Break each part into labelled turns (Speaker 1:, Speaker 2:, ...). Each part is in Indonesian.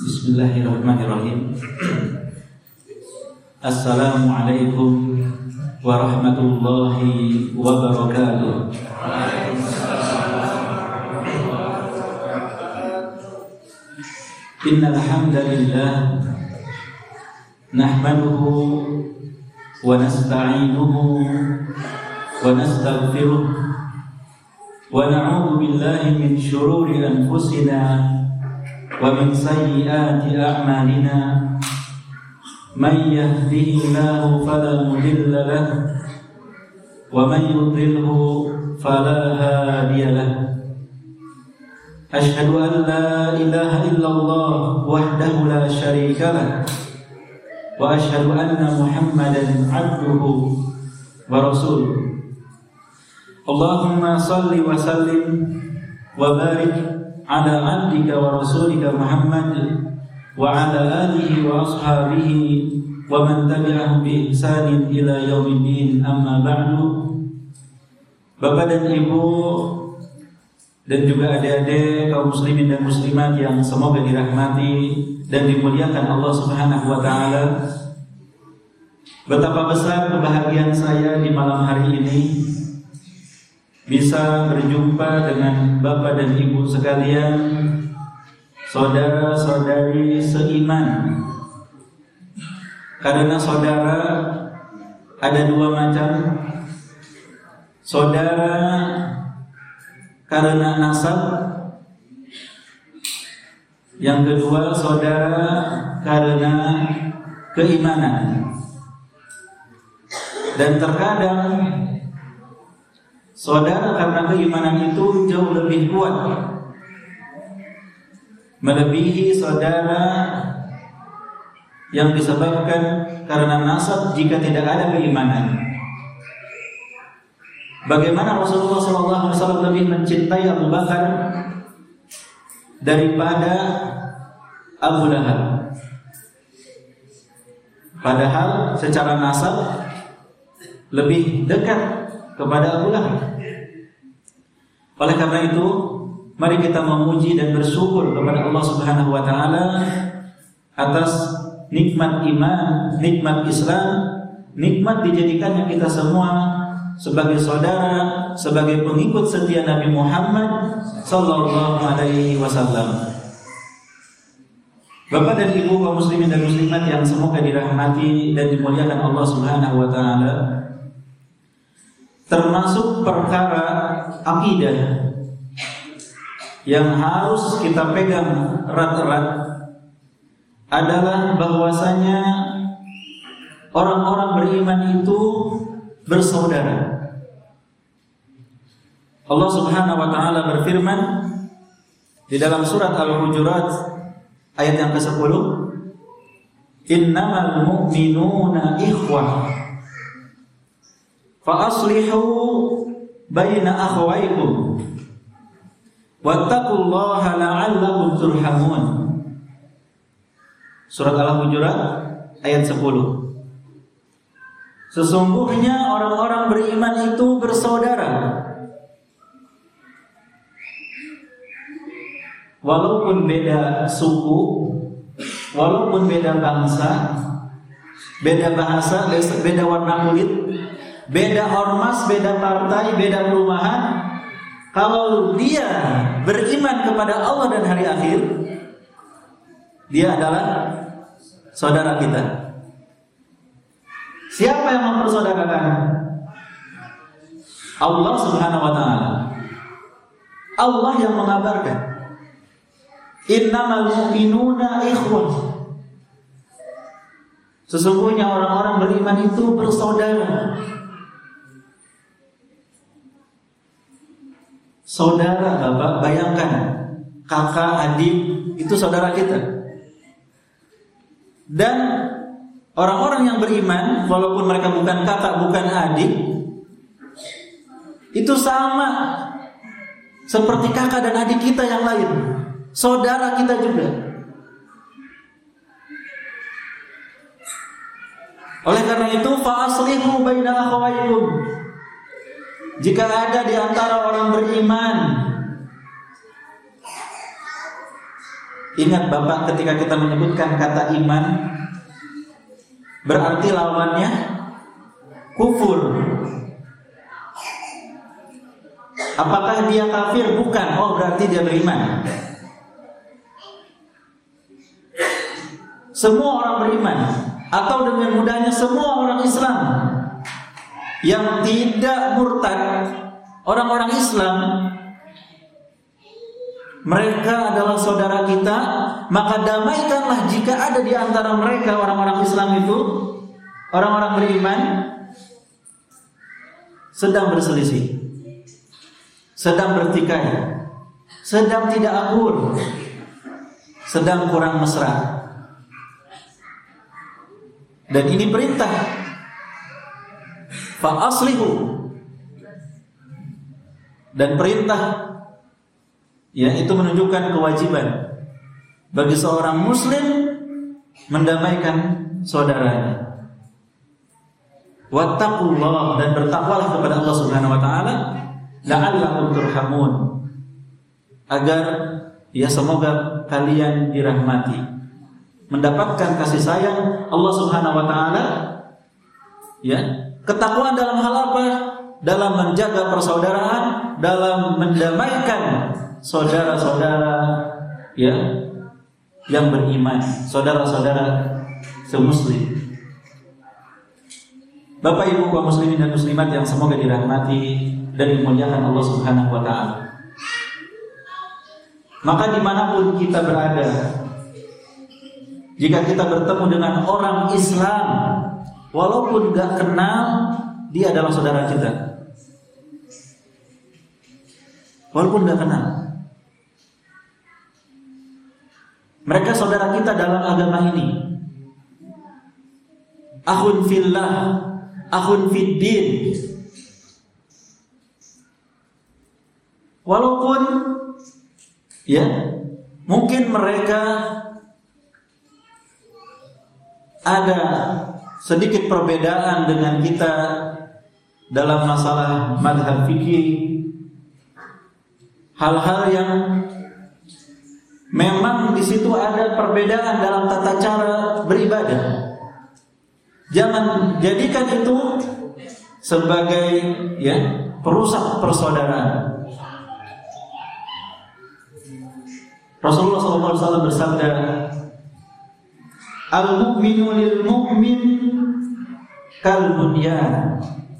Speaker 1: Bismillahirrahmanirrahim. Assalamualaikum warahmatullahi wabarakatuh. Innal hamdalillah nahmaduhu wa nasta'inuhu wa nastaghfiruh wa na'udzu billahi min shururi anfusina wa min sayyiati a'malina man yahdihillahu fala mudilla lahu wa man yudlilhu fala hadiya lahu. Asyhadu an la ilaha illallah wahdahu la syarika lahu wa asyhadu anna Muhammadan 'abduhu wa rasuluh. Allahumma shalli wa sallim wa barik ala 'abdika wa rasulika Muhammad wa ala alihi wa ashabihi wa man tabi'ahum bi ihsanin ila yaumiddin, amma ba'du. Bapak dan Ibu dan juga adik-adik kaum muslimin dan muslimat yang semoga dirahmati dan dimuliakan Allah Subhanahu wa taala. Betapa besar kebahagiaan saya di malam hari ini bisa berjumpa dengan Bapak dan Ibu sekalian, saudara-saudari seiman. Karena saudara ada dua macam. Saudara karena nasab, yang kedua saudara karena keimanan. Dan terkadang saudara karena keimanan itu jauh lebih kuat, melebihi saudara yang disebabkan karena nasab jika tidak ada keimanan. Bagaimana Rasulullah SAW lebih mencintai Abu Bakar daripada Abu Lahab, padahal secara nasab lebih dekat kepada Abu Lahab. Oleh karena itu, mari kita memuji dan bersyukur kepada Allah Subhanahu wa taala atas nikmat iman, nikmat Islam, nikmat dijadikannya kita semua sebagai saudara, sebagai pengikut setia Nabi Muhammad sallallahu alaihi wasallam. Bapak dan Ibu kaum muslimin dan muslimat yang semoga dirahmati dan dimuliakan Allah Subhanahu wa taala, termasuk perkara akidah yang harus kita pegang erat-erat adalah bahwasanya orang-orang beriman itu bersaudara. Allah Subhanahu wa taala berfirman di dalam surat Al-Hujurat ayat yang ke-10, "Innamal mu'minuna ikhwah fa aslihu baina akhawaykum wattaqullaha la'allakum turhamun." Surat Al-Hujurat ayat 10. Sesungguhnya orang-orang beriman itu bersaudara, walaupun beda suku, walaupun beda bangsa, beda bahasa, beda warna kulit, beda ormas, beda partai, beda perumahan. Kalau dia beriman kepada Allah dan hari akhir, dia adalah saudara kita. Siapa yang mempersaudarakan? Allah Subhanahu wa taala. Allah yang mengabarkan, "Innamal mu'minuna ikhwah." Sesungguhnya orang-orang beriman itu bersaudara. Saudara, Bapak, bayangkan kakak, adik, itu saudara kita. Dan orang-orang yang beriman, walaupun mereka bukan kakak, bukan adik, itu sama seperti kakak dan adik kita yang lain, saudara kita juga. Oleh karena itu, fa'aslihu baina akhawaykum. Jika ada di antara orang beriman Ingat Bapak, ketika kita menyebutkan kata iman, berarti lawannya kufur. Apakah dia kafir? Bukan. Oh, berarti dia beriman. Semua orang beriman, atau dengan mudahnya semua orang Islam yang tidak murtad, orang-orang Islam, mereka adalah saudara kita. Maka damaikanlah jika ada di antara mereka orang-orang Islam itu, orang-orang beriman, sedang berselisih, sedang bertikai, sedang tidak akur, sedang kurang mesra. Dan ini perintah, fa aslihu, dan perintah, ya, itu menunjukkan kewajiban bagi seorang muslim mendamaikan saudaranya. Wattaqullah, dan bertakwalah kepada Allah Subhanahu wa taala, la'allakum turhamun, agar ya semoga kalian dirahmati, mendapatkan kasih sayang Allah Subhanahu wa taala. Ya, ketakwaan dalam hal apa? Dalam menjaga persaudaraan, dalam mendamaikan saudara-saudara ya yang beriman, saudara-saudara semuslim. Bapak Ibu kaum muslimin dan muslimat yang semoga dirahmati dan dimuliakan Allah Subhanahu wa taala. Maka dimanapun kita berada, jika kita bertemu dengan orang Islam, walaupun gak kenal, dia adalah saudara kita. Walaupun gak kenal, mereka saudara kita dalam agama ini. Akhun fillah, akhun fiddin. Walaupun ya mungkin mereka ada sedikit perbedaan dengan kita dalam masalah madhab fikih, hal-hal yang memang di situ ada perbedaan dalam tata cara beribadah. Jangan jadikan itu sebagai ya perusak persaudaraan. Rasulullah SAW bersabda, al-mu'minu lil-mu'min kal-bunyan,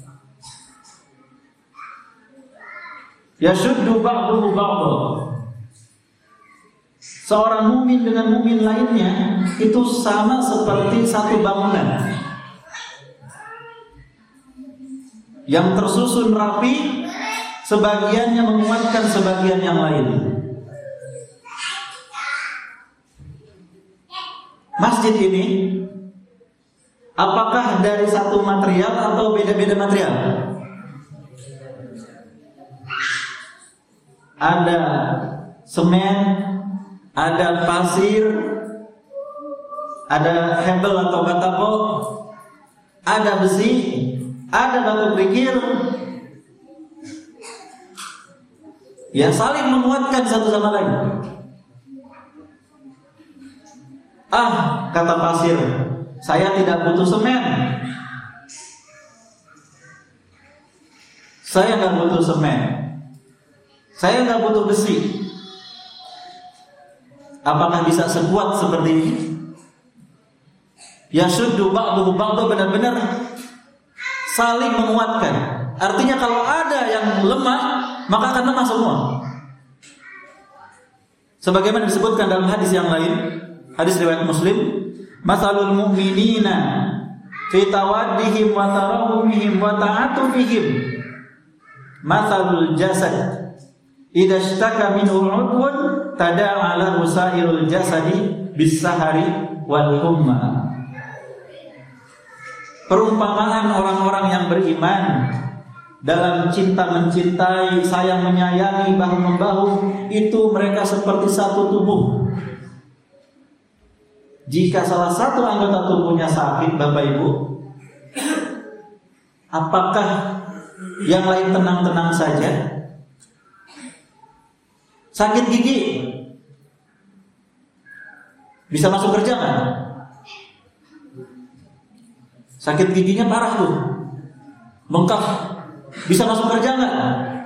Speaker 1: yashuddu ba'duhu ba'dahu. Seorang mukmin dengan mukmin lainnya itu sama seperti satu bangunan yang tersusun rapi, sebagiannya menguatkan sebagian yang lain. Masjid ini apakah dari satu material atau beda-beda material? Ada semen, ada pasir, ada hebel atau batako, ada besi, ada batu kerikil, yang saling menguatkan satu sama lain. Ah, kata pasir, saya tidak butuh semen, saya nggak butuh semen, saya nggak butuh besi. Apakah bisa sekuat seperti ini? Yashuddu ba'duhu ba'dahu, benar-benar saling menguatkan. Artinya kalau ada yang lemah, maka akan lemah semua. Sebagaimana disebutkan dalam hadis yang lain, hadis riwayat Muslim, masalul mu'minina fi tawaddihim wa tarahumihim wa ta'atufihim masalul jasad idza ishtaka minhu 'udwun tada'a lahu sa'irul jasadi bis-sahari wal humma. Perumpamaan orang-orang yang beriman dalam cinta mencintai, sayang menyayangi, bahu membahu, itu mereka seperti satu tubuh. Jika salah satu anggota tubuhnya sakit, Bapak Ibu, apakah yang lain tenang-tenang saja? Sakit gigi, Bisa masuk kerja nggak? Sakit giginya parah tuh, bengkak. Bisa masuk kerja nggak?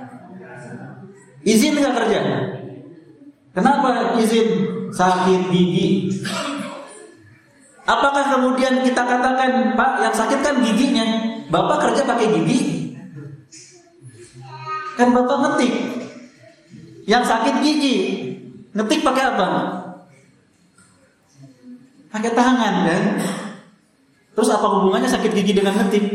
Speaker 1: Izin nggak kerja? Kenapa izin? Sakit gigi. Apakah kemudian kita katakan, Pak, yang sakit kan giginya, Bapak kerja pakai gigi? Kan Bapak ngetik. Yang sakit gigi, ngetik pakai apa? Pakai tangan kan? Terus apa hubungannya sakit gigi dengan ngetik?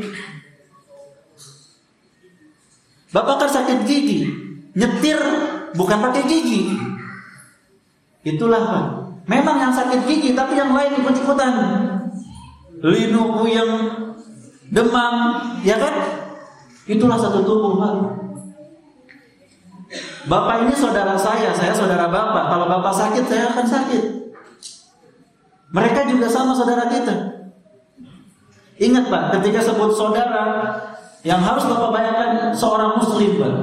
Speaker 1: Bapak kan sakit gigi, nyetir bukan pakai gigi. Itulah Pak. Memang yang sakit gigi, tapi yang lain ikut-ikutan. Linu, yang demam, ya kan? Itulah satu tubuh Pak. Bapak ini saudara saya saudara Bapak. Kalau Bapak sakit, saya akan sakit. Mereka juga sama saudara kita. Ingat Pak, ketika sebut saudara, yang harus Bapak bayangkan seorang muslim Pak.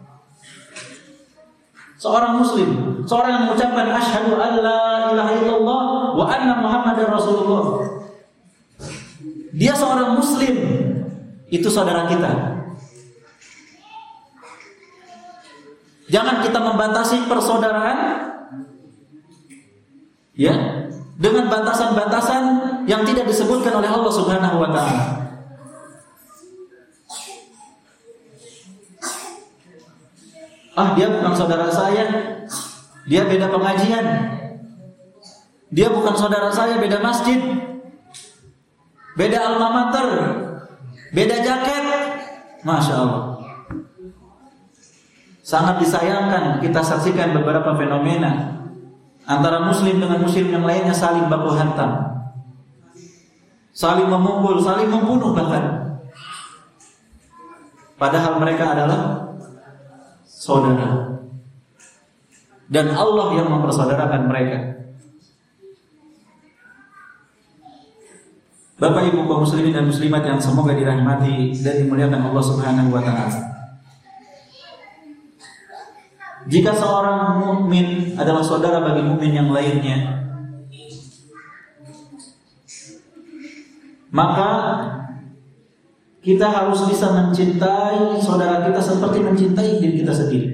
Speaker 1: Seorang muslim, seorang yang mengucapkan asyhadu an la ilaha illallah wa anna muhammadar rasulullah. Dia seorang muslim. Itu saudara kita. Jangan kita membatasi persaudaraan ya, dengan batasan-batasan yang tidak disebutkan oleh Allah Subhanahu wa taala. Dia bukan saudara saya, dia beda pengajian. Dia bukan saudara saya, beda masjid, beda alma mater, beda jaket. Masya Allah. Sangat disayangkan kita saksikan beberapa fenomena antara muslim dengan muslim yang lainnya saling baku hantam, saling memukul, saling membunuh bahkan. Padahal mereka adalah saudara. Dan Allah yang mempersaudarakan mereka. Bapak Ibu kaum muslimin dan muslimat yang semoga dirahmati dan dimuliakan Allah Subhanahu wa taala. Jika seorang mukmin adalah saudara bagi mukmin yang lainnya, maka kita harus bisa mencintai saudara kita seperti mencintai diri kita sendiri.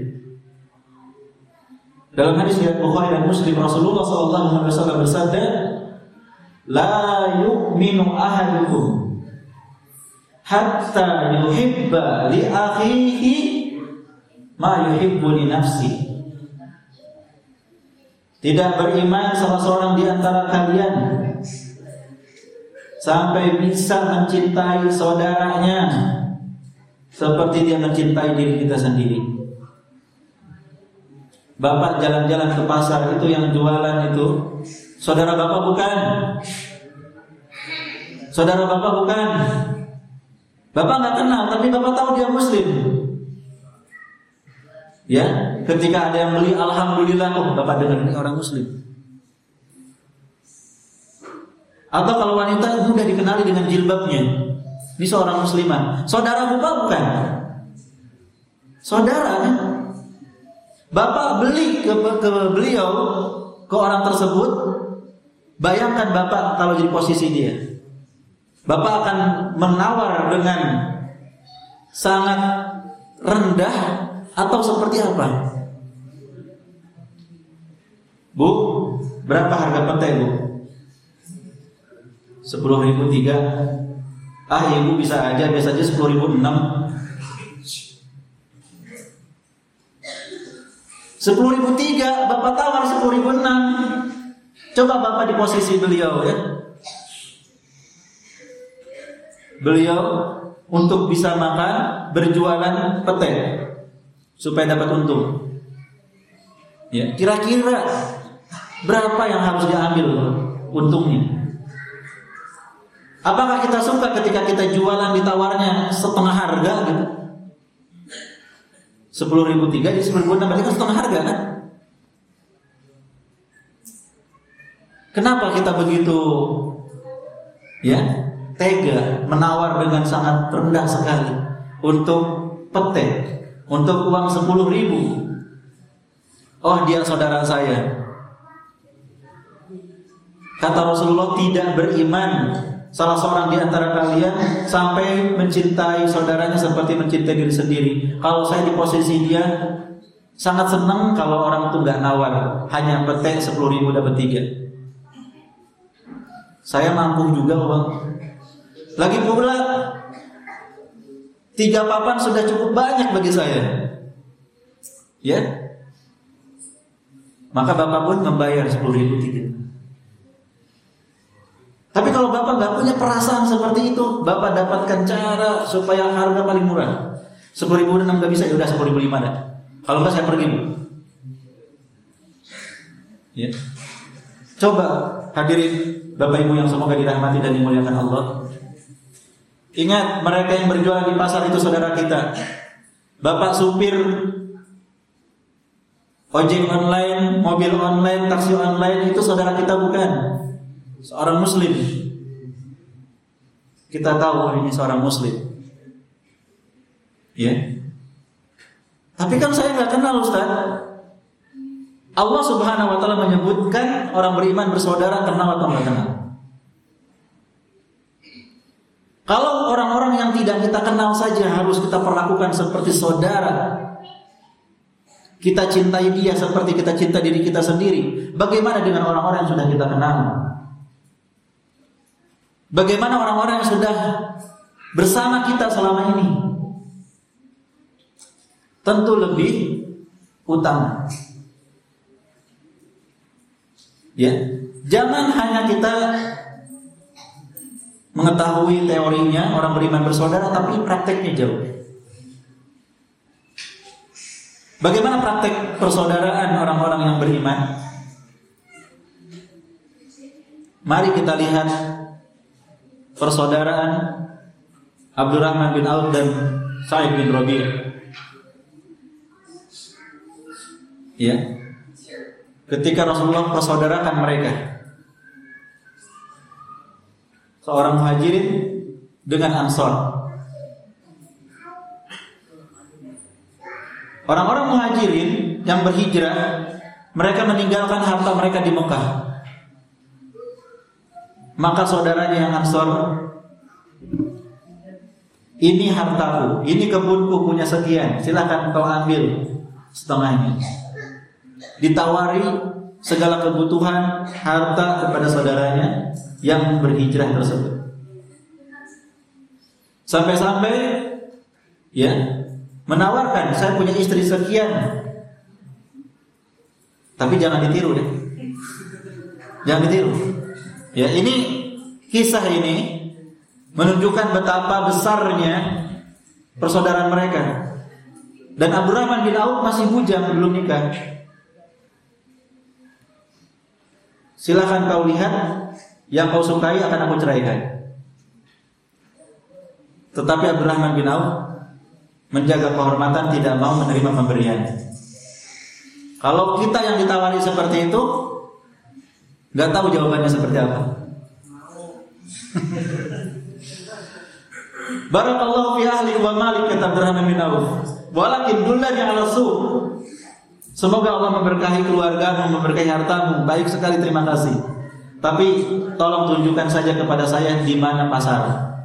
Speaker 1: Dalam hadis riwayat Bukhari dan Muslim, Rasulullah SAW bersabda, "La yu'minu ahadukum hatta yuhibba li akhihi ma yuhibbu li nafsi." Tidak beriman salah seorang di antara kalian sampai bisa mencintai saudaranya seperti dia mencintai diri kita sendiri. Bapak jalan-jalan ke pasar, itu yang jualan itu saudara Bapak bukan? Saudara Bapak bukan? Bapak gak kenal, tapi Bapak tahu dia muslim. Ya, ketika ada yang beli, alhamdulillah, Bapak dengar ini orang muslim. Atau kalau wanita mudah dikenali dengan jilbabnya, ini seorang muslimah. Saudara Bapak bukan? Saudara kan? Bapak beli ke beliau, ke orang tersebut. Bayangkan Bapak kalau jadi posisi dia. Bapak akan menawar dengan sangat rendah atau seperti apa? Bu, berapa harga pete Bu? 10.003. Ibu bisa aja, biasa aja 10.006. 10.003, Bapak tawar 10.006. Coba Bapak di posisi beliau ya. Beliau untuk bisa makan berjualan pete supaya dapat untung. Ya, kira-kira berapa yang harus diambil untungnya? Apakah kita suka ketika kita jualan ditawarnya setengah harga gitu? 10.003 jadi 10.006, berarti kan setengah harga kan? Kenapa kita begitu ya tega menawar dengan sangat rendah sekali untuk pete, untuk uang 10.000? Oh, dia saudara saya. Kata Rasulullah, tidak beriman salah seorang di antara kalian sampai mencintai saudaranya seperti mencintai diri sendiri. Kalau saya di posisi dia, sangat senang kalau orang itu nggak nawar, hanya petek 10.000 dapat 3. Saya mampu juga Bang. Lagi pula 3 papan sudah cukup banyak bagi saya. Ya. Maka Bapak pun membayar 10.000 3. Tapi kalau Bapak nggak punya perasaan seperti itu, Bapak dapatkan cara supaya harga paling murah. 10.000 nggak bisa, ya udah 10.500 dah. Kalau nggak saya pergi. Ya. Coba hadirin Bapak Ibu yang semoga dirahmati dan dimuliakan Allah. Ingat, mereka yang berjualan di pasar itu saudara kita. Bapak supir ojek online, mobil online, taksi online itu saudara kita bukan? Seorang muslim. Kita tahu ini seorang muslim. Ya. Tapi kan saya nggak kenal Ustaz. Allah Subhanahu wa taala menyebutkan orang beriman bersaudara, kenal atau nggak kenal. Kalau orang-orang yang tidak kita kenal saja harus kita perlakukan seperti saudara, kita cintai dia seperti kita cinta diri kita sendiri, bagaimana dengan orang-orang yang sudah kita kenal? Bagaimana orang-orang yang sudah bersama kita selama ini? Tentu lebih utama. Ya, jangan hanya kita mengetahui teorinya orang beriman bersaudara, tapi prakteknya jauh. Bagaimana praktek persaudaraan orang-orang yang beriman? Mari kita lihat persaudaraan Abdurrahman bin Auf dan Sa'id bin Rabi'. Ya. Ketika Rasulullah persaudarakan mereka, seorang muhajirin dengan ansor. Orang-orang muhajirin yang berhijrah, mereka meninggalkan harta mereka di Mekah. Maka saudaranya yang ansor, ini hartaku, ini kebunku punya sekian, silakan kau ambil setengahnya. Ditawari segala kebutuhan harta kepada saudaranya yang berhijrah tersebut. Sampai-sampai ya menawarkan, saya punya istri sekian. Tapi jangan ditiru deh. Jangan ditiru. Ya, ini kisah ini menunjukkan betapa besarnya persaudaraan mereka. Dan Abdurrahman bin Auf masih bujang, belum nikah. Silakan kau lihat, yang kau sukai akan aku ceraikan. Tetapi Abdurrahman bin Auf menjaga kehormatan, tidak mau menerima pemberian. Kalau kita yang ditawari seperti itu, nggak tahu jawabannya seperti apa. Barakallahu fi ahli wa malik, kata Abdurrahman bin Auf. Walakin dullani ala su'. Semoga Allah memberkahi keluargamu, memberkahi hartamu. Baik sekali, terima kasih. Tapi tolong tunjukkan saja kepada saya di mana pasar.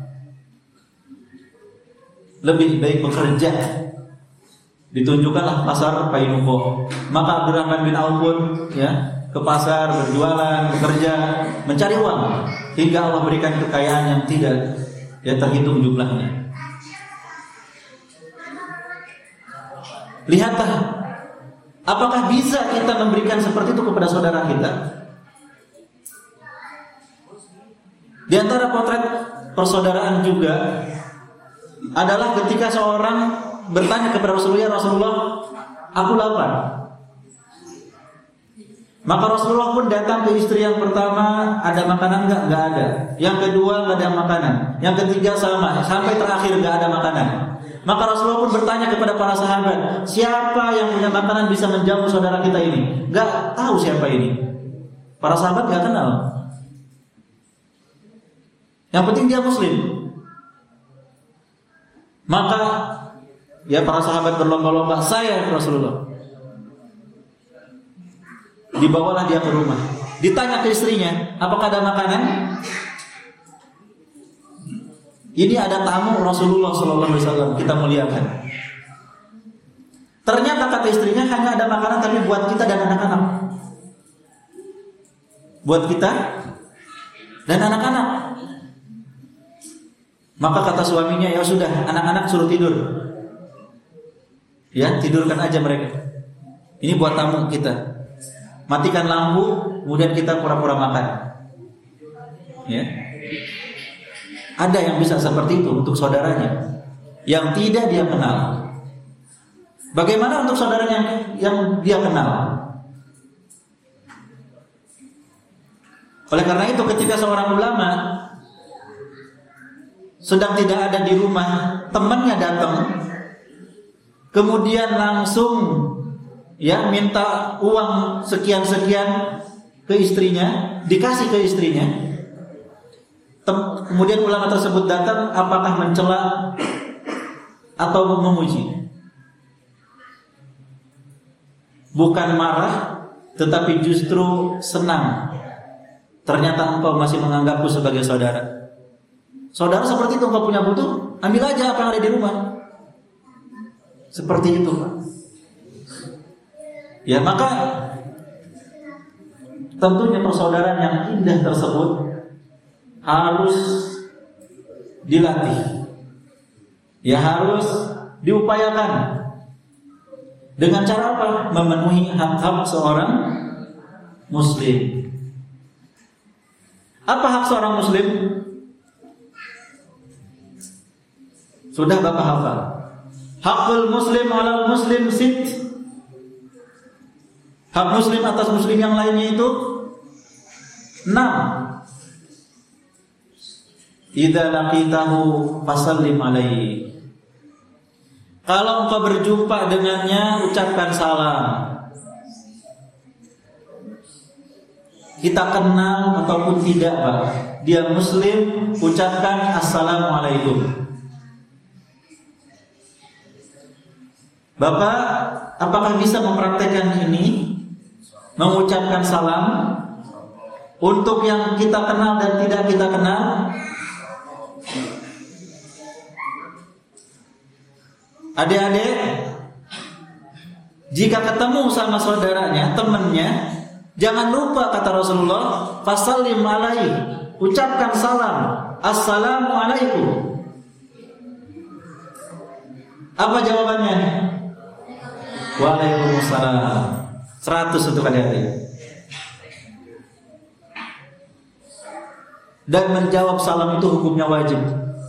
Speaker 1: Lebih baik bekerja. Ditunjukkanlah pasar Painuko. Maka Abdurrahman bin Auf pun ya ke pasar, berjualan, bekerja, mencari uang hingga Allah berikan kekayaan yang tidak terhitung jumlahnya. Lihatlah, apakah bisa kita memberikan seperti itu kepada saudara kita? Di antara potret persaudaraan juga adalah ketika seorang bertanya kepada Rasulullah, Rasulullah, aku lapar. Maka Rasulullah pun datang ke istri yang pertama, ada makanan enggak? Enggak ada. Yang kedua, enggak ada makanan. Yang ketiga sama, sampai terakhir enggak ada makanan. Maka Rasulullah pun bertanya kepada para sahabat, siapa yang punya makanan bisa menjamu saudara kita ini? Enggak tahu siapa ini. Para sahabat enggak kenal. Yang penting dia muslim. Maka ya para sahabat berlomba-lomba, saya Rasulullah. Dibawalah dia ke rumah. Ditanya ke istrinya, apakah ada makanan? Ini ada tamu Rasulullah SAW, kita muliakan. Ternyata kata istrinya hanya ada makanan tapi buat kita dan anak-anak. Buat kita dan anak-anak. Maka kata suaminya, ya sudah, anak-anak suruh tidur. Ya, tidurkan aja mereka. Ini buat tamu kita. Matikan lampu, kemudian kita pura-pura makan. Ya. Ada yang bisa seperti itu untuk saudaranya yang tidak dia kenal. Bagaimana untuk saudaranya yang dia kenal? Oleh karena itu, ketika seorang ulama sedang tidak ada di rumah, temannya datang, kemudian langsung ya minta uang sekian-sekian ke istrinya, dikasih ke istrinya. Kemudian ulama tersebut datang, apakah mencela atau memuji? Bukan marah, tetapi justru senang. Ternyata engkau masih menganggapku sebagai saudara. Saudara seperti itu, engkau punya butuh, ambil aja apa yang ada di rumah. Seperti itu. Ya, maka tentunya persaudaraan yang indah tersebut harus dilatih. Ya, harus diupayakan. Dengan cara apa? Memenuhi hak-hak seorang muslim. Apa hak seorang muslim? Sudah Bapak hafal. Hakul muslim ala muslim sit. Hak muslim atas muslim yang lainnya itu 6. Idza laqitahu fasallim alaihi. Kalau engkau berjumpa dengannya, ucapkan salam. Kita kenal ataupun tidak, Pak, dia muslim, ucapkan assalamualaikum. Bapak, apakah bisa mempraktekkan ini? Mengucapkan salam untuk yang kita kenal dan tidak kita kenal? Adik-adik, jika ketemu sama saudaranya, temannya, jangan lupa kata Rasulullah, fasallim alaihi, ucapkan salam, assalamualaikum. Apa jawabannya? Waalaikumsalam. 100 untuk adik-adik. Dan menjawab salam itu hukumnya wajib.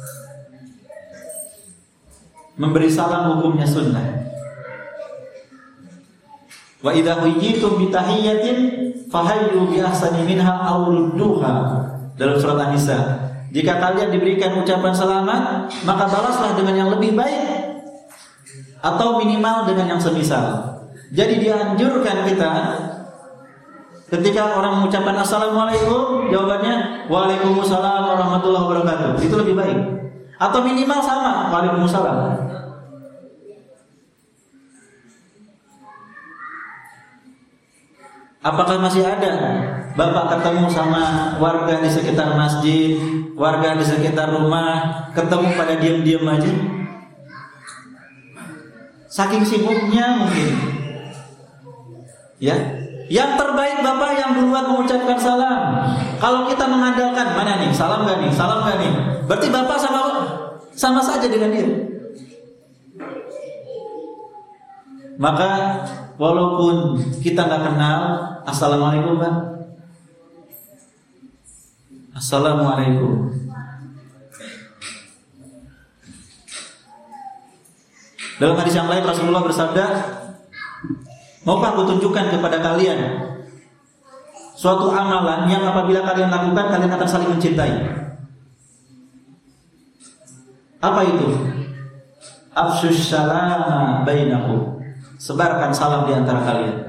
Speaker 1: Memberi salam hukumnya sunnah. Wa idza huyitum bi tahiyyatin fahayyu bi ahsani minha aw rudduha. Dalam surat An-Nisa, jika kalian diberikan ucapan selamat, maka balaslah dengan yang lebih baik atau minimal dengan yang semisal. Jadi dianjurkan kita ketika orang mengucapkan assalamualaikum, jawabannya waalaikumsalam warahmatullahi wabarakatuh. Itu lebih baik. Atau minimal sama, waalaikumsalam. Apakah masih ada Bapak ketemu sama warga di sekitar masjid, warga di sekitar rumah, ketemu pada diam-diam aja? Saking sibuknya mungkin. Ya, yang terbaik Bapak yang duluan mengucapkan salam. Kalau kita mengandalkan mana nih, salam gak nih, salam gak nih, berarti Bapak sama saja dengan dia. Maka walaupun kita nggak kenal, assalamualaikum Pak, assalamualaikum. Dalam hadis yang lain Rasulullah bersabda, maukah aku tunjukkan kepada kalian suatu amalan yang apabila kalian lakukan kalian akan saling mencintai. Apa itu? Afsyus salama bainakum. Sebarkan salam di antara kalian.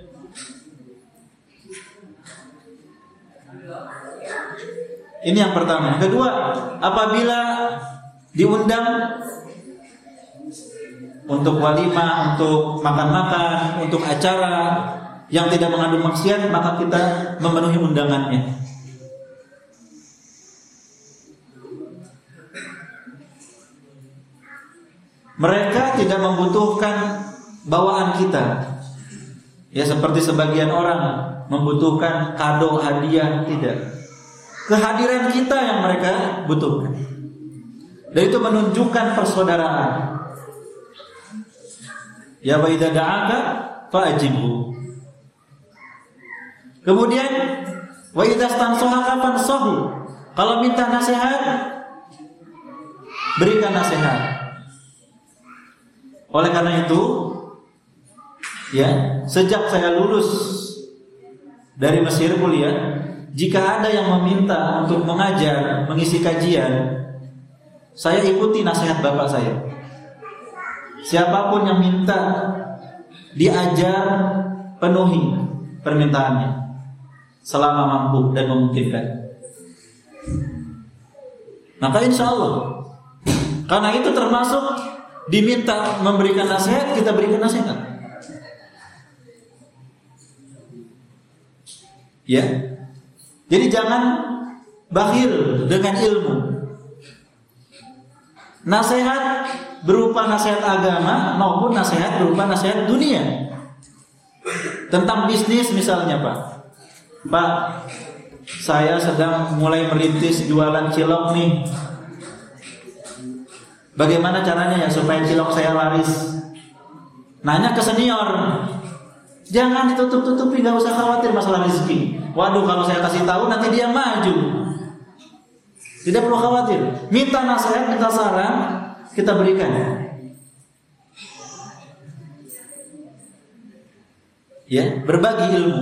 Speaker 1: Ini yang pertama. Yang kedua, apabila diundang untuk walimah, untuk makan-makan, untuk acara, yang tidak mengandung maksiat, maka kita memenuhi undangannya. Mereka tidak membutuhkan bawaan kita. Ya, seperti sebagian orang membutuhkan kado, hadiah, tidak. Kehadiran kita yang mereka butuhkan. Dan itu menunjukkan persaudaraan. Ya, wa idza da'aka fa'ajibhu. Kemudian wa idza stansahaka fansahu. Kalau minta nasihat, berikan nasihat. Oleh karena itu, ya, sejak saya lulus dari Mesir kuliah, jika ada yang meminta untuk mengajar, mengisi kajian, saya ikuti nasihat bapak saya. Siapapun yang minta diajar, penuhi permintaannya selama mampu dan memungkinkan. Maka insya Allah, karena itu termasuk diminta memberikan nasihat, kita berikan nasihat. Ya, jadi jangan bakhil dengan ilmu. Nasihat berupa nasihat agama maupun nasihat berupa nasihat dunia. Tentang bisnis misalnya, Pak, saya sedang mulai merintis jualan cilok nih. Bagaimana caranya ya supaya cilok saya laris? Nanya ke senior. Jangan ditutup-tutupi, gak usah khawatir masalah rezeki. Waduh, kalau saya kasih tahu nanti dia maju. Tidak perlu khawatir. Minta nasihat, minta saran, kita berikan. Ya, berbagi ilmu.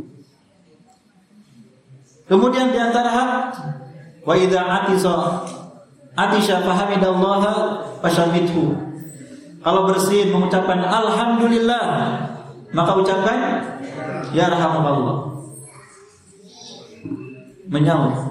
Speaker 1: Kemudian di antara hak, wa idza atisha fahamidallaha fashamithu. Kalau bersin mengucapkan alhamdulillah, maka ucapkan yarhamukallah. Menyahut.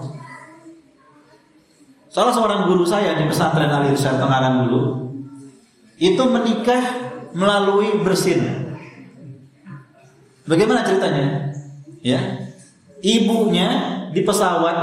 Speaker 1: Salah seorang guru saya di pesantren Al-Irsyad Tengaran dulu, itu menikah melalui bersin. Bagaimana ceritanya? Ya, ibunya di pesawat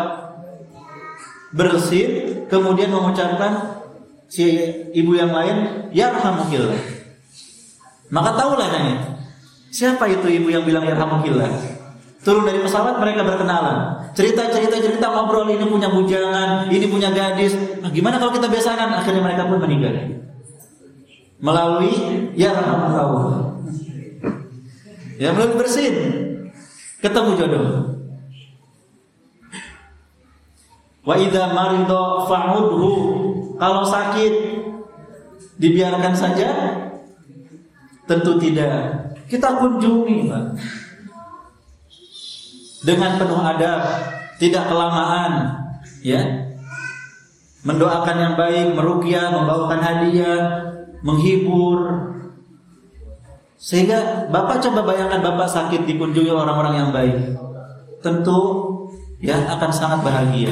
Speaker 1: bersin, kemudian mengucapkan si ibu yang lain yarhamukillah. Maka tahulah nanya, siapa itu ibu yang bilang yarhamukillah? Turun dari pesawat, mereka berkenalan. Cerita, ngobrol, ini punya bujangan, ini punya gadis. Nah, gimana kalau kita besanan? Akhirnya mereka pun meninggal. Melalui yarhamukillah. Ya, melalui bersin. Ketemu jodoh. Wa idza marida fa'udhu. Kalau sakit dibiarkan saja? Tentu tidak. Kita kunjungi, Pak. Dengan penuh adab, tidak kelamaan, ya. Mendoakan yang baik, meruqyah, membawakan hadiah, menghibur. Sehingga Bapak coba bayangkan Bapak sakit dikunjungi orang-orang yang baik. Tentu ya akan sangat bahagia.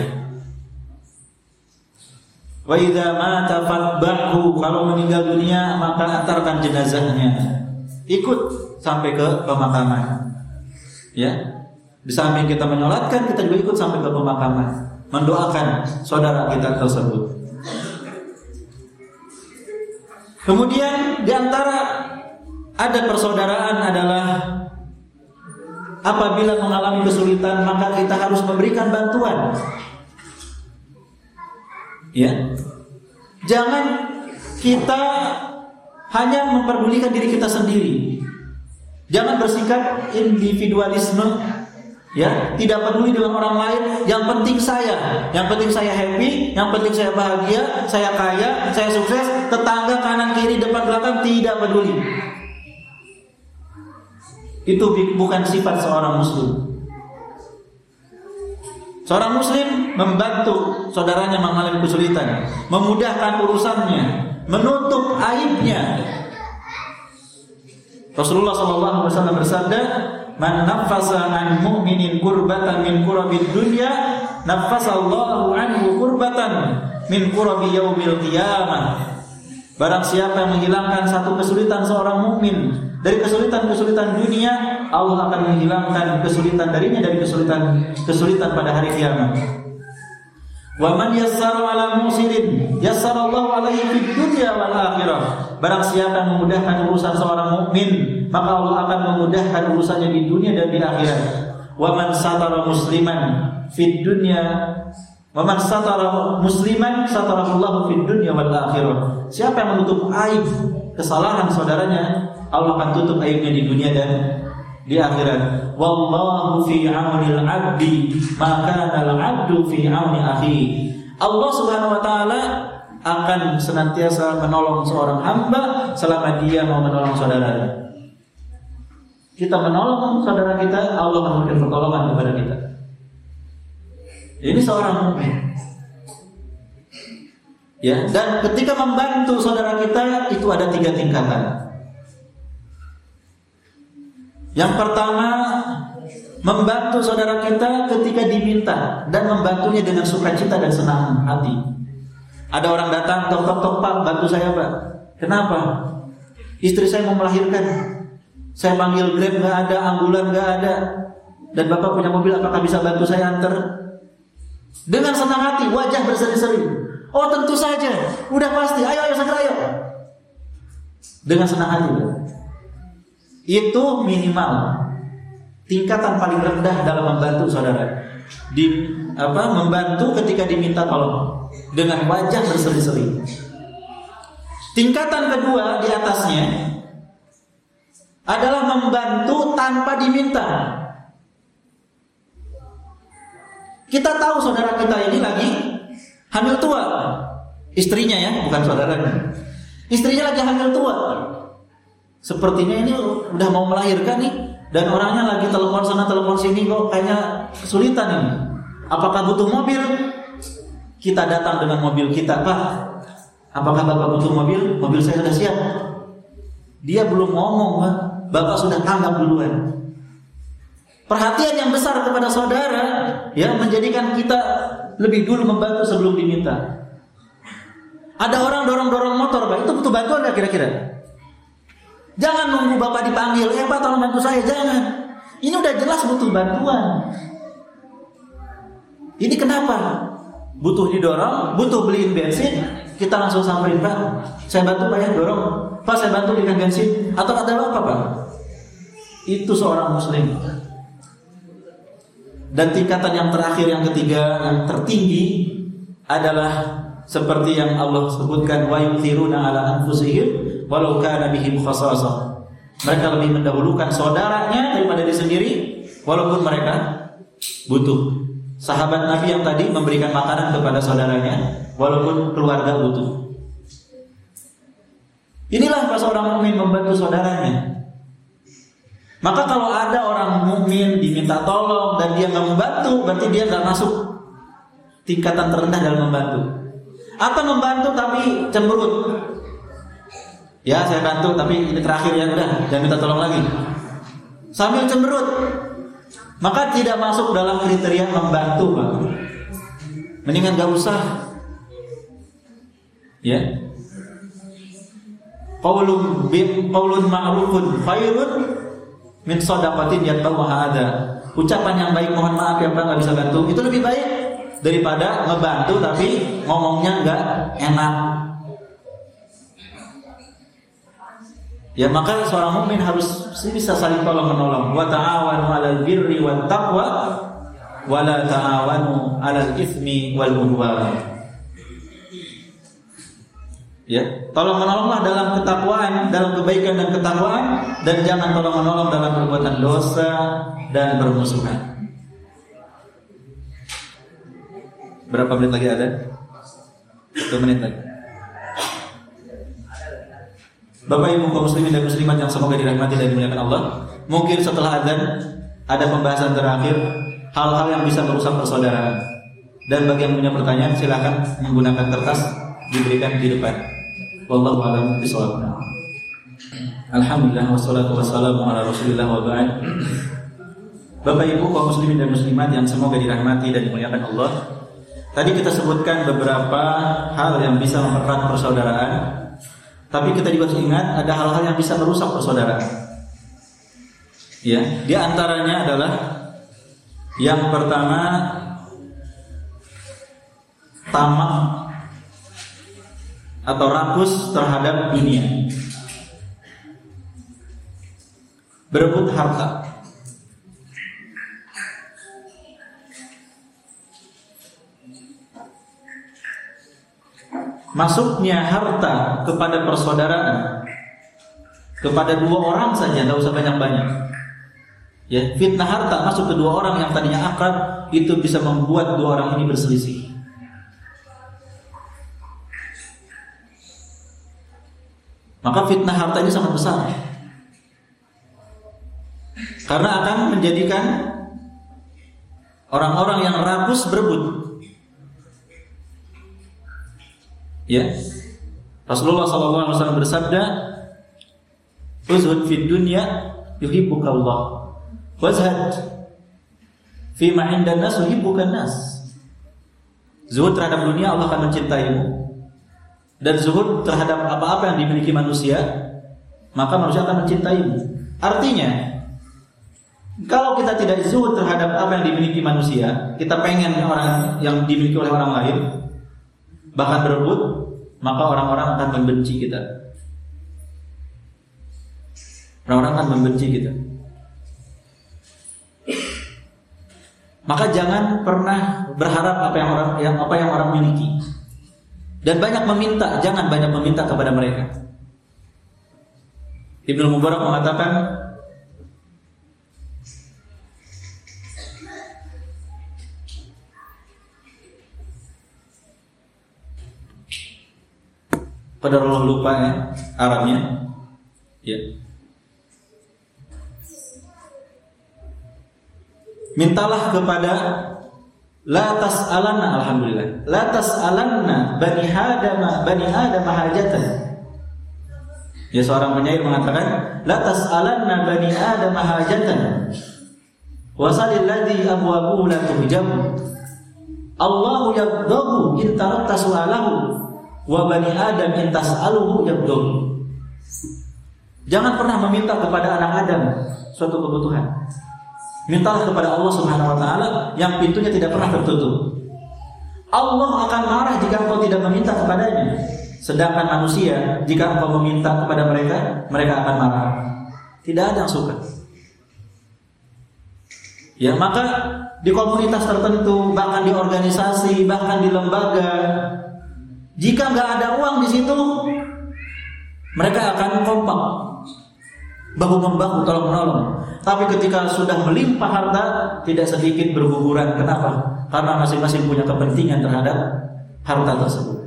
Speaker 1: Wa idza mata fatba'hu, kalau meninggal dunia maka antarkan jenazahnya. Ikut sampai ke pemakaman. Ya. Di samping kita menyolatkan, kita juga ikut sampai ke pemakaman, mendoakan saudara kita tersebut. Kemudian di antara ada persaudaraan adalah apabila mengalami kesulitan maka kita harus memberikan bantuan. Ya. Jangan kita hanya memperdulikan diri kita sendiri. Jangan bersikap individualisme. Ya, tidak peduli dengan orang lain. Yang penting saya happy, yang penting saya bahagia, saya kaya, saya sukses. Tetangga kanan kiri depan belakang tidak peduli. Itu bukan sifat seorang muslim. Seorang muslim membantu saudaranya mengalami kesulitan, memudahkan urusannya, menutup aibnya. Rasulullah SAW bersabda, man naffasa an mu'minin kurbatan min kurabil dunya, naffasallahu anhu kurbatan min kurabi yaumil qiyamah. Barang siapa yang menghilangkan satu kesulitan seorang mukmin dari kesulitan-kesulitan dunia, Allah akan menghilangkan kesulitan darinya dari kesulitan pada hari kiamat. Wa man yassara 'ala musirin yassarallahu 'alaihi fid dunya wal akhirah. Barang siapa yang memudahkan urusan seorang mukmin, maka Allah akan memudahkan urusannya di dunia dan di akhirat. Wa man satara musliman fid dunya wa man satara musliman satarallahu fid dunya wal akhirah. Siapa yang menutup aib kesalahan saudaranya, Allah akan tutup aibnya di dunia dan di akhirat. Wallahu fi 'aunil 'abdi ma kana al-'abdu fi 'auni akhi. Allah Subhanahu wa taala akan senantiasa menolong seorang hamba selama dia mau menolong saudaranya. Kita menolong saudara kita, Allah akan memberikan pertolongan kepada kita. Ini seorang mukmin. Ya, dan ketika membantu saudara kita itu ada 3 tingkatan. Yang pertama, membantu saudara kita ketika diminta dan membantunya dengan sukacita dan senang hati. Ada orang datang, tok, Pak, bantu saya, Pak. Kenapa? Istri saya mau melahirkan. Saya panggil Grab nggak ada, ambulan nggak ada, dan Bapak punya mobil, apakah bisa bantu saya antar? Dengan senang hati, wajah berseri-seri. Oh, tentu saja, udah pasti. Ayo segera ayo. Dengan senang hati, Pak. Itu minimal tingkatan paling rendah dalam membantu saudara. Membantu ketika diminta tolong dengan wajah berseri-seri. Tingkatan kedua di atasnya adalah membantu tanpa diminta. Kita tahu saudara kita ini lagi hamil tua, istrinya ya, bukan saudaranya. Istrinya lagi hamil tua. Sepertinya ini udah mau melahirkan nih, dan orangnya lagi telepon sana telepon sini, kok kayaknya kesulitan ini. Apakah butuh mobil? Kita datang dengan mobil kita, Pak. Apakah Bapak butuh mobil? Mobil saya sudah siap. Dia belum ngomong, Pak. Bapak sudah tanggap duluan. Perhatian yang besar kepada saudara, ya, menjadikan kita lebih dulu membantu sebelum diminta. Ada orang dorong motor, Pak. Itu butuh bantuan nggak kira-kira? Jangan nunggu Bapak dipanggil, Pak tolong bantu saya, jangan. Ini udah jelas butuh bantuan. Ini kenapa? Butuh didorong, butuh beliin bensin, kita langsung samperin, Pak. Saya bantu Pak ya, dorong. Pak saya bantu belikan bensin. Atau ada apa Pak? Itu seorang muslim. Dan tingkatan yang terakhir, yang ketiga, yang tertinggi adalah seperti yang Allah sebutkan, wa yu'thiruna 'ala anfusihim walau kana bihim khasasah. Mereka lebih mendahulukan saudaranya daripada diri sendiri walaupun mereka butuh. Sahabat Nabi yang tadi memberikan makanan kepada saudaranya walaupun keluarga butuh. Inilah pas orang mukmin membantu saudaranya. Maka kalau ada orang mukmin diminta tolong dan dia nggak membantu, berarti dia nggak masuk tingkatan terendah dalam membantu. Atau membantu tapi cemberut. Ya saya bantu tapi ini terakhir ya, udah jangan minta tolong lagi. Sambil cemberut, maka tidak masuk dalam kriteria membantu, Pak. Mendingan gak usah. Ya. Qaulun ma'rufun khairun min shadaqatin yatba'uha adza. Ucapan yang baik, mohon maaf ya Pak nggak bisa bantu, itu lebih baik daripada ngebantu tapi ngomongnya nggak enak. Ya maka seorang mukmin harus bisa saling tolong menolong. Wa ta'awanu 'alal birri wat taqwa wa la ta'awanu 'alal itsmi wal 'udwan. Ya, tolong menolonglah dalam ketakwaan, dalam kebaikan dan ketakwaan, dan jangan tolong menolong dalam perbuatan dosa dan bermusuhan. Berapa menit lagi ada? 1 menit lagi. Bapak Ibu kaum muslimin dan muslimat yang semoga dirahmati dan dimuliakan Allah, mungkin setelah adzan ada pembahasan terakhir hal-hal yang bisa merusak persaudaraan. Dan bagi yang punya pertanyaan silakan menggunakan kertas diberikan di depan. Wallahu a'lam bishawab. Alhamdulillah wassalatu wassalamu ala Rasulillah wa ba'd. Bapak Ibu kaum muslimin dan muslimat yang semoga dirahmati dan dimuliakan Allah. Tadi kita sebutkan beberapa hal yang bisa mempererat persaudaraan. Tapi kita juga harus ingat ada hal-hal yang bisa merusak persaudaraan. Ya, di antaranya adalah yang pertama tamak atau rakus terhadap dunia, berebut harta. Masuknya harta kepada persaudaraan kepada dua orang saja, nggak usah banyak-banyak. Ya, fitnah harta masuk ke dua orang yang tadinya akrab, itu bisa membuat dua orang ini berselisih. Maka fitnah harta ini sangat besar, karena akan menjadikan orang-orang yang rakus berebut. Ya, Rasulullah SAW bersabda, "Uzhud fid dunya yuhibbukallah, wazhad fi ma 'indan nas yuhibbukan nas." Zuhud terhadap dunia, Allah akan mencintaimu. Dan zuhud terhadap apa-apa yang dimiliki manusia, maka manusia akan mencintaimu. Artinya, kalau kita tidak zuhud terhadap apa yang dimiliki manusia, kita pengen orang yang dimiliki oleh orang lain, bahkan berebut, maka orang-orang akan membenci kita. Orang-orang akan membenci kita. Maka jangan pernah berharap apa yang orang miliki. Dan banyak meminta, jangan banyak meminta kepada mereka. Ibnu Mubarak mengatakan, qadarullah lupa ya Arabnya. Ya. Mintalah kepada la tas'alanna, alhamdulillah, la tas'alanna bani Adam hajatan. Ya, seorang penyair mengatakan, la tas'alanna bani Adam hajatan wasalil ladzi abwabuhu la tuhjabu. Allahu yabdahu in tarakta su'alahu wa bani Adam in tas'aluhu yabdahu. Jangan pernah meminta kepada anak Adam suatu kebutuhan. Mintalah kepada Allah Subhanahu wa taala yang pintunya tidak pernah tertutup. Allah akan marah jika engkau tidak meminta kepadanya. Sedangkan manusia, jika engkau meminta kepada mereka, mereka akan marah. Tidak ada yang suka. Ya, maka di komunitas tertentu, bahkan di organisasi, bahkan di lembaga, jika nggak ada uang di situ, mereka akan kompak, bahu-membahu, tolong-menolong. Tapi ketika sudah melimpah harta, tidak sedikit berguguran. Kenapa? Karena masing-masing punya kepentingan terhadap harta tersebut.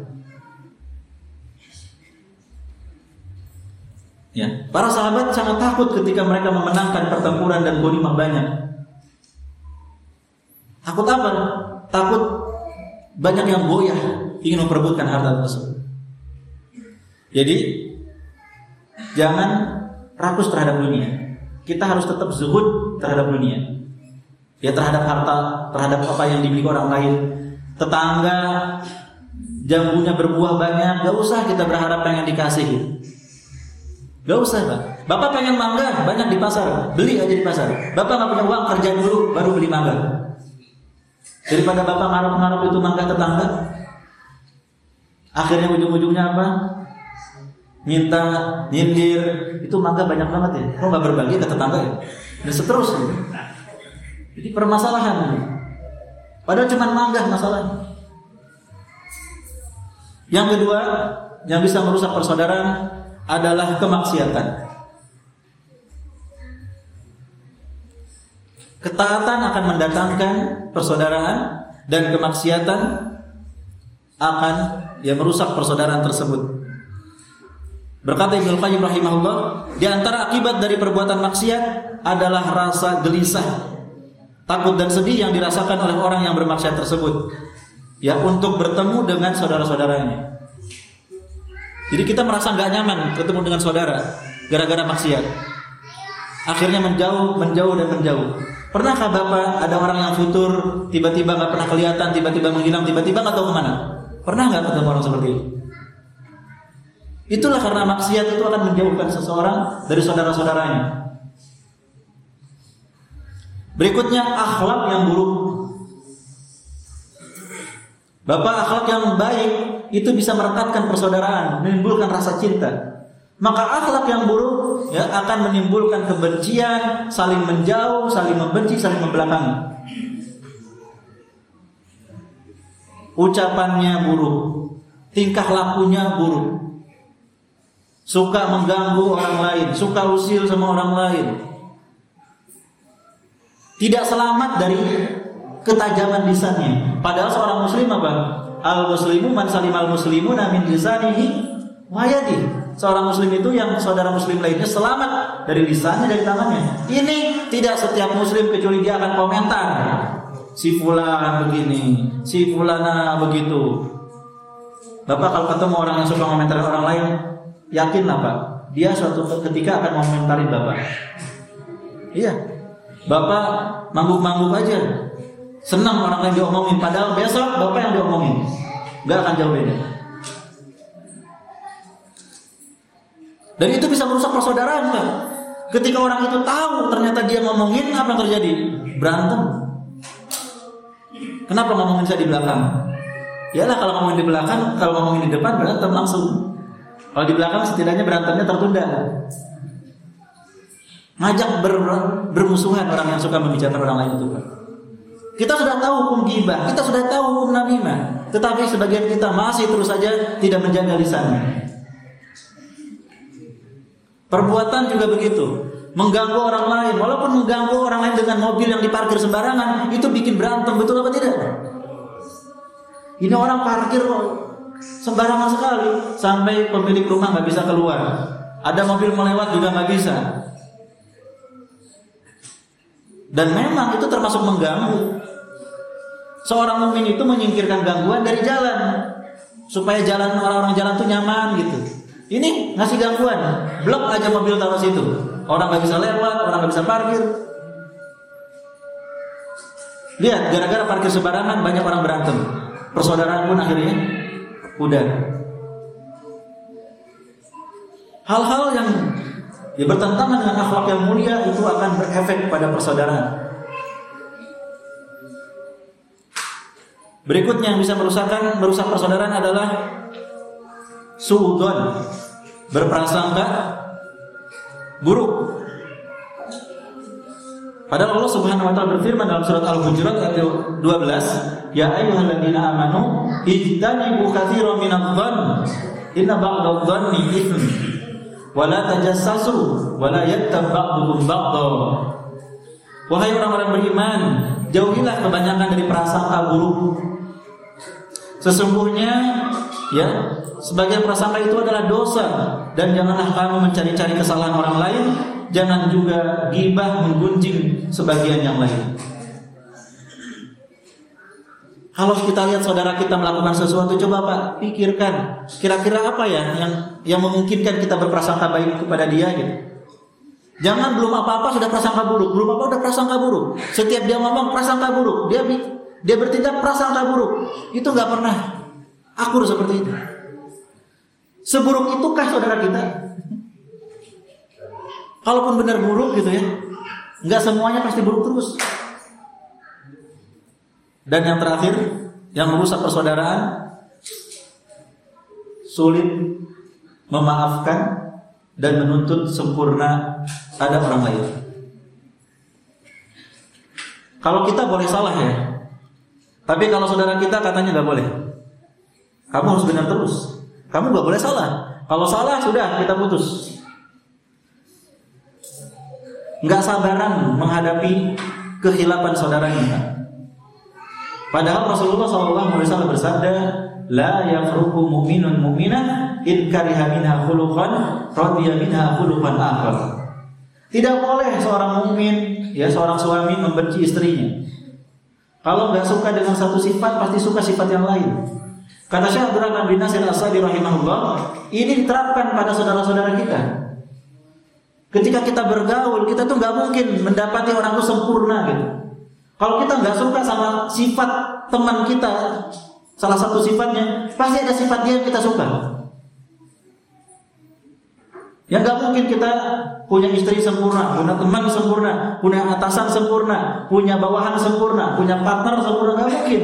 Speaker 1: Ya, para sahabat sangat takut ketika mereka memenangkan pertempuran dan ghanimah banyak. Takut apa? Takut banyak yang goyah ingin memperebutkan harta tersebut. Jadi jangan rakus terhadap dunia. Kita harus tetap zuhud terhadap dunia. Ya, terhadap harta, terhadap apa yang dimiliki orang lain. Tetangga jambunya berbuah banyak, gak usah kita berharap pengen dikasih. Gak usah, Pak. Bapak pengen mangga banyak di pasar, beli aja di pasar. Bapak gak punya uang, kerja dulu baru beli mangga. Daripada Bapak ngarep-ngarep itu mangga tetangga, akhirnya ujung-ujungnya apa? Minta, nyindir, itu mangga banyak banget ya. Kok nggak berbagi ke tetangga ya? Dan seterusnya. Jadi permasalahan. Padahal cuma mangga masalahnya. Yang kedua, yang bisa merusak persaudaraan adalah kemaksiatan. Ketaatan akan mendatangkan persaudaraan, dan kemaksiatan akan merusak persaudaraan tersebut. Berkata Ibnu Qayyim rahimahullah, di antara akibat dari perbuatan maksiat adalah rasa gelisah, takut dan sedih yang dirasakan oleh orang yang bermaksiat tersebut, ya, untuk bertemu dengan saudara-saudaranya. Jadi kita merasa nggak nyaman ketemu dengan saudara gara-gara maksiat. Akhirnya menjauh dan menjauh. Pernahkah Bapak ada orang yang futur, tiba-tiba nggak pernah kelihatan, tiba-tiba menghilang, tiba-tiba nggak tahu kemana? Pernah nggak ketemu orang seperti itu? Itulah karena maksiat itu akan menjauhkan seseorang dari saudara-saudaranya. Berikutnya akhlak yang buruk. Bapak, akhlak yang baik itu bisa merekatkan persaudaraan, menimbulkan rasa cinta. Maka akhlak yang buruk ya akan menimbulkan kebencian, saling menjauh, saling membenci, saling membelakangi. Ucapannya buruk, tingkah lakunya buruk, suka mengganggu orang lain, suka usil sama orang lain, tidak selamat dari ketajaman lisannya. Padahal seorang muslim apa? Al-muslimu man salimal muslimuna min lisanihi wa yadihi. Seorang muslim itu yang saudara muslim lainnya selamat dari lisannya, dari tangannya. Ini tidak setiap muslim, kecuali dia akan komentar, si fulan begini, si fulana begitu. Bapak kalau ketemu orang yang suka komentarin orang lain, yakinlah Pak, dia suatu ketika akan komentarin Bapak. Iya, Bapak mangguk-mangguk aja, senang orang lain diomongin, padahal besok Bapak yang diomongin. Gak akan jauh beda. Dan itu bisa merusak persaudaraan Pak. Ketika orang itu tahu ternyata dia ngomongin, apa yang terjadi? Berantem. Kenapa ngomongin saya di belakang? Yalah, kalau ngomongin di belakang, kalau ngomongin di depan berantem langsung. Kalau di belakang setidaknya berantemnya tertunda. Ngajak bermusuhan orang yang suka membicarakan orang lain itu Pak. Kita sudah tahu hukum ghibah, kita sudah tahu hukum namimah, tetapi sebagian kita masih terus saja tidak menjaga lisannya. Perbuatan juga begitu, mengganggu orang lain. Walaupun mengganggu orang lain dengan mobil yang diparkir sembarangan, itu bikin berantem, betul apa tidak? Ini orang parkir sembarangan sekali, sampai pemilik rumah nggak bisa keluar. Ada mobil melewat juga nggak bisa. Dan memang itu termasuk mengganggu. Seorang mukmin itu menyingkirkan gangguan dari jalan, supaya jalan orang-orang jalan itu nyaman gitu. Ini ngasih gangguan, blok aja mobil taruh situ, orang nggak bisa lewat, orang nggak bisa parkir. Lihat, gara-gara parkir sembarangan banyak orang berantem, persaudaraan pun akhirnya udah. Hal-hal yang bertentangan dengan akhlak yang mulia itu akan berefek pada persaudaraan. Berikutnya yang bisa merusak persaudaraan adalah suudzon, berprasangka buruk. Padahal Allah Subhanahu wa taala berfirman dalam surat Al-Hujurat ayat 12, "Ya ayyuhalladzina amanu ijtanibu katsiran minadh-dhann, inna ba'dadh-dhanni itsm, wa la tajassasu, wa la yattab ba'dukum ba'dha." Wahai orang-orang beriman, jauhilah kebanyakan dari prasangka buruk. Sesungguhnya ya, sebagian prasangka itu adalah dosa, dan janganlah kamu mencari-cari kesalahan orang lain, jangan juga ghibah menggunjing sebagian yang lain. Kalau kita lihat saudara kita melakukan sesuatu, coba Pak pikirkan, kira-kira apa ya yang memungkinkan kita berprasangka baik kepada dia gitu. Jangan belum apa-apa sudah prasangka buruk, belum apa udah prasangka buruk. Setiap dia ngomong prasangka buruk, dia bertindak prasangka buruk. Itu nggak pernah akur seperti itu. Seburuk itukah saudara kita? Kalaupun benar buruk gitu ya, nggak semuanya pasti buruk terus. Dan yang terakhir, yang merusak persaudaraan, sulit memaafkan dan menuntut sempurna ada orang lain. Kalau kita boleh salah ya, tapi kalau saudara kita katanya nggak boleh. Kamu harus benar terus. Kamu nggak boleh salah. Kalau salah sudah kita putus. Nggak sabaran menghadapi kehilapan saudara kita. Padahal Rasulullah SAW bersabda, "La yafruqu mu'minun mu'minah in kariha minha khuluqan radiya minha khuluqan akhar." Tidak boleh seorang mukmin, ya seorang suami membenci istrinya. Kalau nggak suka dengan satu sifat, pasti suka sifat yang lain. Kata Syekh Abdurrahman bin Nasir As-Sa'di rahimahullah, ini diterapkan pada saudara-saudara kita. Ketika kita bergaul, kita tuh nggak mungkin mendapati orang itu sempurna gitu. Kalau kita nggak suka sama sifat teman kita, salah satu sifatnya, pasti ada sifat dia yang kita suka. Yang nggak mungkin kita punya istri sempurna, punya teman sempurna, punya atasan sempurna, punya bawahan sempurna, punya partner sempurna, nggak mungkin.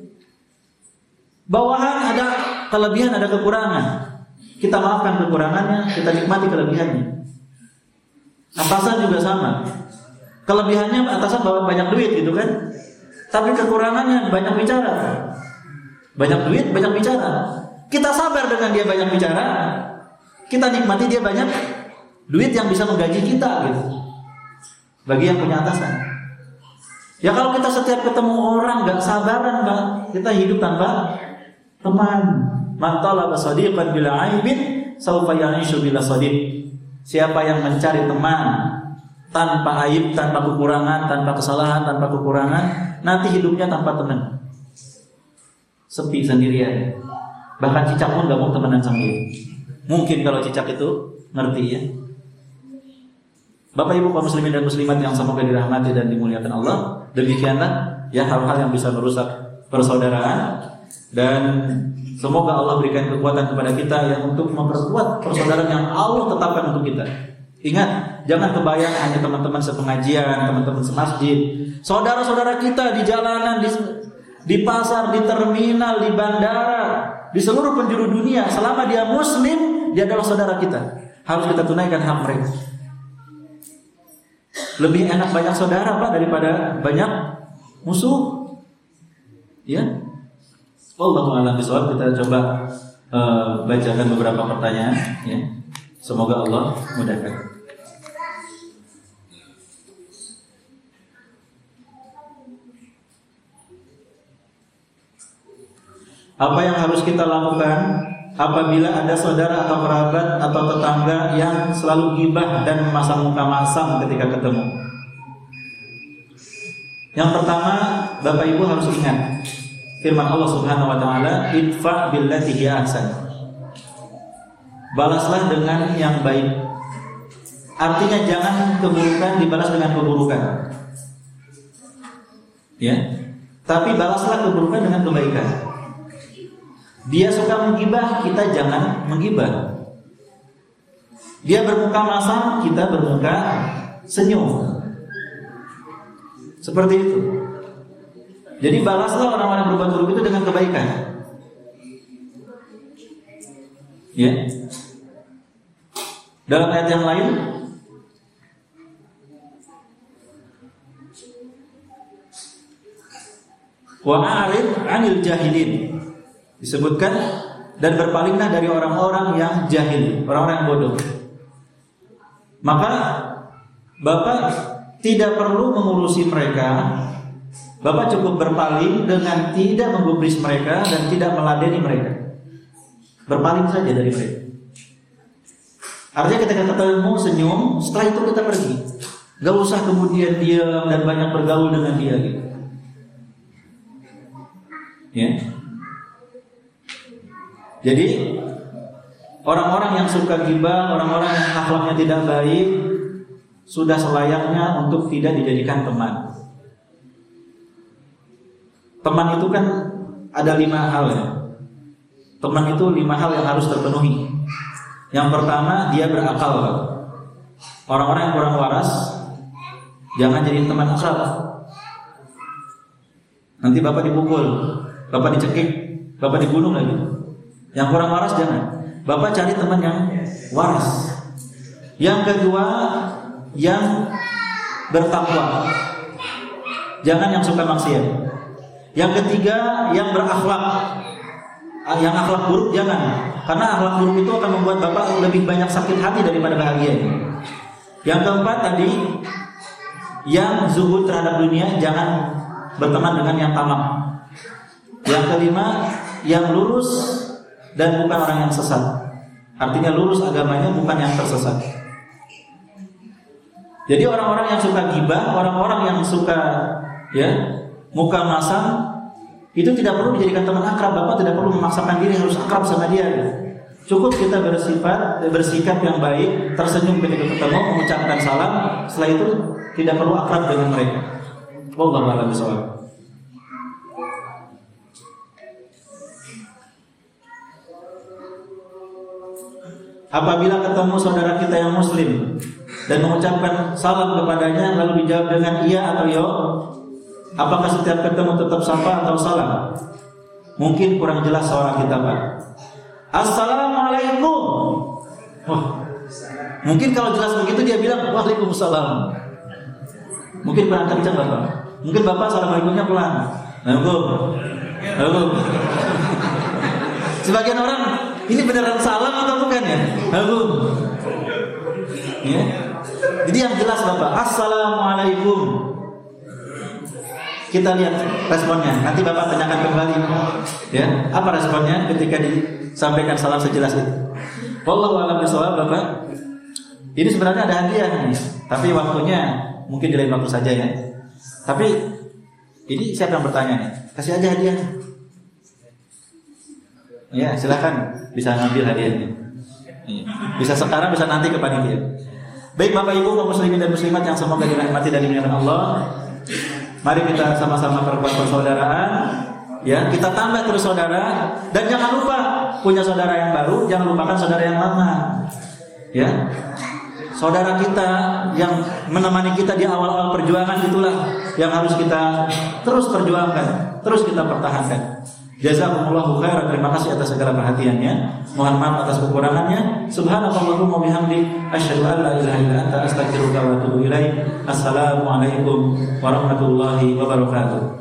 Speaker 1: Bawahan ada kelebihan, ada kekurangan. Kita maafkan kekurangannya, kita nikmati kelebihannya. Atasan juga sama. Kelebihannya atasan bawa banyak duit gitu kan, tapi kekurangannya banyak bicara. Banyak duit, banyak bicara. Kita sabar dengan dia banyak bicara. Kita nikmati dia banyak duit yang bisa menggaji kita gitu. Bagi yang punya atasan. Ya kalau kita setiap ketemu orang gak sabaran, Pak, kita hidup tanpa teman. Man talaba shadiqan bila aibin saufa ya'ishu bila shadiq. Siapa yang mencari teman tanpa aib, tanpa kekurangan, tanpa kesalahan, tanpa kekurangan, nanti hidupnya tanpa teman. Sepi sendirian. Bahkan cicak pun gak mau temenan sama dia. Mungkin kalau cicak itu ngerti ya. Bapak Ibu kaum muslimin dan muslimat yang semoga dirahmati dan dimuliakan Allah, demikianlah ya hal-hal yang bisa merusak persaudaraan, dan semoga Allah berikan kekuatan kepada kita yang untuk memperkuat persaudaraan yang Allah tetapkan untuk kita. Ingat, jangan kebayang hanya teman-teman sepengajian, teman-teman semasjid, saudara-saudara kita di jalanan, di pasar, di terminal, di bandara, di seluruh penjuru dunia, selama dia muslim, dia adalah saudara kita. Harus kita tunaikan hak mereka. Lebih enak banyak saudara, Pak, daripada banyak musuh. Ya. Wallahu a'lam bishawab. Kita coba bacakan beberapa pertanyaan ya. Semoga Allah mudahkan. Apa yang harus kita lakukan apabila ada saudara atau kerabat atau tetangga yang selalu gibah dan memasang muka masam ketika ketemu? Yang pertama, Bapak Ibu harus ingat firman Allah Subhanahu wa taala, "Idfa billati hiya ahsan." Balaslah dengan yang baik. Artinya jangan keburukan dibalas dengan keburukan. Ya. Tapi balaslah keburukan dengan kebaikan. Dia suka menggibah, kita jangan menggibah. Dia bermuka masam, kita bermuka senyum. Seperti itu. Jadi balaslah orang-orang yang berbuat buruk itu dengan kebaikan. Ya. Dalam ayat yang lain, wa'arid 'anil jahilin. Disebutkan, dan berpalinglah dari orang-orang yang jahil, orang-orang yang bodoh. Maka Bapak tidak perlu mengurusi mereka. Bapak cukup berpaling dengan tidak menggubris mereka dan tidak meladeni mereka. Berpaling saja dari mereka. Artinya ketika ketemu senyum, setelah itu kita pergi. Gak usah kemudian diam dan banyak bergaul dengan dia gitu. Ya. Jadi orang-orang yang suka gibah, orang-orang yang akhlaknya tidak baik, sudah selayaknya untuk tidak dijadikan teman. Teman itu kan ada 5 hal ya. Teman itu 5 hal yang harus terpenuhi. Yang pertama, dia berakal. Orang-orang yang kurang waras jangan jadi teman akrab. Nanti Bapak dipukul, Bapak dicekik, Bapak dibunuh lagi. Yang kurang waras jangan. Bapak cari teman yang waras. Yang kedua, yang bertakwa. Jangan yang suka maksiat. Yang ketiga, yang berakhlak. Yang akhlak buruk jangan. Karena akhlak buruk itu akan membuat Bapak lebih banyak sakit hati daripada bahagia. Yang keempat tadi, yang zuhud terhadap dunia, jangan berteman dengan yang tamak. Yang kelima, yang lurus dan bukan orang yang sesat. Artinya lurus agamanya, bukan yang tersesat. Jadi orang-orang yang suka gibah, orang-orang yang suka ya muka masam, itu tidak perlu dijadikan teman akrab. Bapak tidak perlu memaksakan diri harus akrab sama dia. Cukup kita bersikap yang baik, tersenyum ketika ketemu, mengucapkan salam. Setelah itu tidak perlu akrab dengan mereka. Wallahu a'lam bishawab. apabila ketemu saudara kita yang muslim dan mengucapkan salam kepadanya lalu dijawab dengan iya atau yo? Apakah setiap ketemu tetap sapa atau salam? Mungkin kurang jelas suara kita, Pak. Assalamualaikum. Oh, mungkin kalau jelas begitu dia bilang waalaikumsalam. Mungkin kurang kencang, Bapak. Mungkin Bapak assalamualaikumnya pelan. Halo. Sebagian orang ini beneran salam atau bukan ya? Halo. Ya. Jadi yang jelas Bapak, assalamualaikum. Kita lihat responnya. Nanti Bapak tanyakan kembali. Ya, apa responnya ketika disampaikan salam sejelas itu? Wallahu a'lam bishawab, Bapak. Ini sebenarnya ada hadiah nih, tapi waktunya mungkin di lain waktu saja ya. Tapi ini siapa yang bertanya nih? Kasih aja hadiahnya. Ya, silakan bisa ngambil hadiahnya. Bisa sekarang, bisa nanti ke panitia. Baik Bapak Ibu kaum muslimin dan muslimat yang semoga dirahmati dan dimuliakan Allah. Mari kita sama-sama perkuat persaudaraan. Ya, kita tambah terus saudara dan jangan lupa punya saudara yang baru, jangan lupakan saudara yang lama. Ya. Saudara kita yang menemani kita di awal-awal perjuangan itulah yang harus kita terus perjuangkan, terus kita pertahankan. Jazakumullahu khairan. Terima kasih atas segala perhatiannya. Mohon maaf atas kekurangannya. Subhanallahumma wa bihamdi asyhadu an la ilaha illa anta astaghfiruka wa atubu ilaik. Assalamualaikum warahmatullahi wabarakatuh.